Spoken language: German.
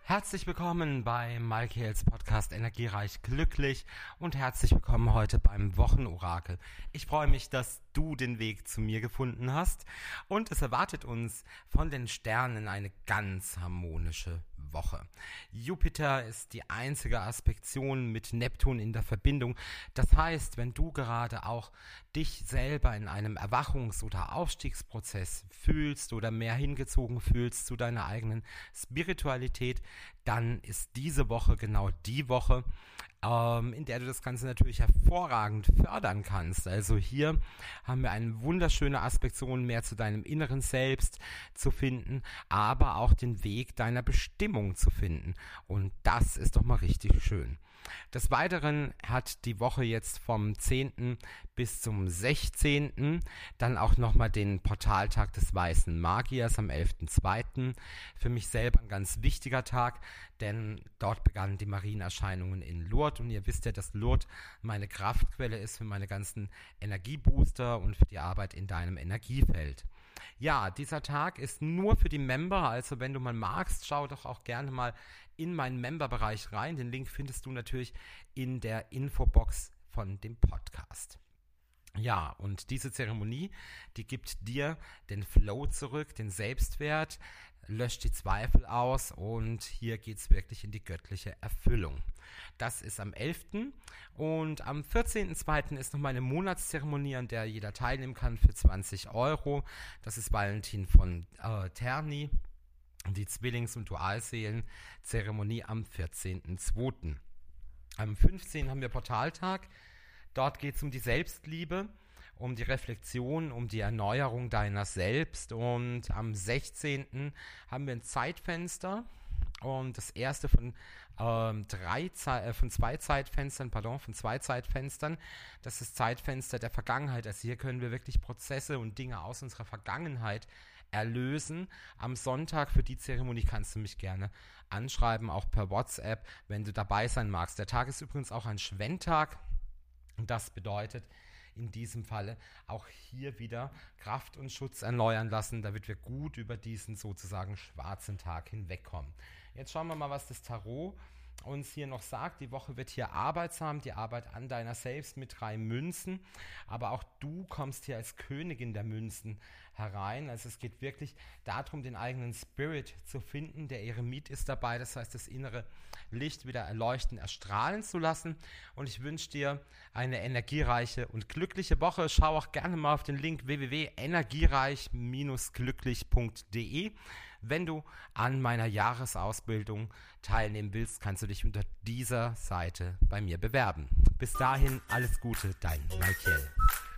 Herzlich willkommen bei Malkiels Podcast Energiereich Glücklich und herzlich willkommen heute beim Wochenorakel. Ich freue mich, dass du den Weg zu mir gefunden hast und es erwartet uns von den Sternen eine ganz harmonische Woche. Jupiter ist die einzige Aspektion mit Neptun in der Verbindung. Das heißt, wenn du gerade auch dich selber in einem Erwachungs- oder Aufstiegsprozess fühlst oder mehr hingezogen fühlst zu deiner eigenen Spiritualität, dann ist diese Woche genau die Woche, in der du das Ganze natürlich hervorragend fördern kannst. Also hier haben wir eine wunderschöne Aspektion, mehr zu deinem inneren Selbst zu finden, aber auch den Weg deiner Bestimmung zu finden. Und das ist doch mal richtig schön. Des Weiteren hat die Woche jetzt vom 10. bis zum 16. dann auch nochmal den Portaltag des Weißen Magiers am 11.2. Für mich selber ein ganz wichtiger Tag, denn dort begannen die Marienerscheinungen in Lourdes und ihr wisst ja, dass Lourdes meine Kraftquelle ist für meine ganzen Energiebooster und für die Arbeit in deinem Energiefeld. Ja, dieser Tag ist nur für die Member, also wenn du mal magst, schau doch auch gerne mal in meinen Member-Bereich rein. Den Link findest du natürlich in der Infobox von dem Podcast. Ja, und diese Zeremonie, die gibt dir den Flow zurück, den Selbstwert, löscht die Zweifel aus und hier geht es wirklich in die göttliche Erfüllung. Das ist am 11. und am 14.2. ist nochmal eine Monatszeremonie, an der jeder teilnehmen kann für 20 Euro. Das ist Valentin von Terni, die Zwillings- und Dualseelen-Zeremonie am 14.2. Am 15. haben wir Portaltag. Dort geht es um die Selbstliebe, um die Reflexion, um die Erneuerung deiner selbst. Und am 16. haben wir ein Zeitfenster. Und das erste von zwei Zeitfenstern. Das ist Zeitfenster der Vergangenheit. Also hier können wir wirklich Prozesse und Dinge aus unserer Vergangenheit erlösen. Am Sonntag für die Zeremonie kannst du mich gerne anschreiben, auch per WhatsApp, wenn du dabei sein magst. Der Tag ist übrigens auch ein Schwenntag. Und das bedeutet in diesem Falle auch hier wieder Kraft und Schutz erneuern lassen, damit wir gut über diesen sozusagen schwarzen Tag hinwegkommen. Jetzt schauen wir mal, was das Tarot uns hier noch sagt. Die Woche wird hier arbeitsam, die Arbeit an deiner selbst mit 3 Münzen, aber auch du kommst hier als Königin der Münzen herein. Also es geht wirklich darum, den eigenen Spirit zu finden. Der Eremit ist dabei, das heißt, das innere Licht wieder erleuchten, erstrahlen zu lassen. Und ich wünsche dir eine energiereiche und glückliche Woche. Schau auch gerne mal auf den Link www.energiereich-glücklich.de. Wenn du an meiner Jahresausbildung teilnehmen willst, kannst du dich unter dieser Seite bei mir bewerben. Bis dahin, alles Gute, dein Malkiel.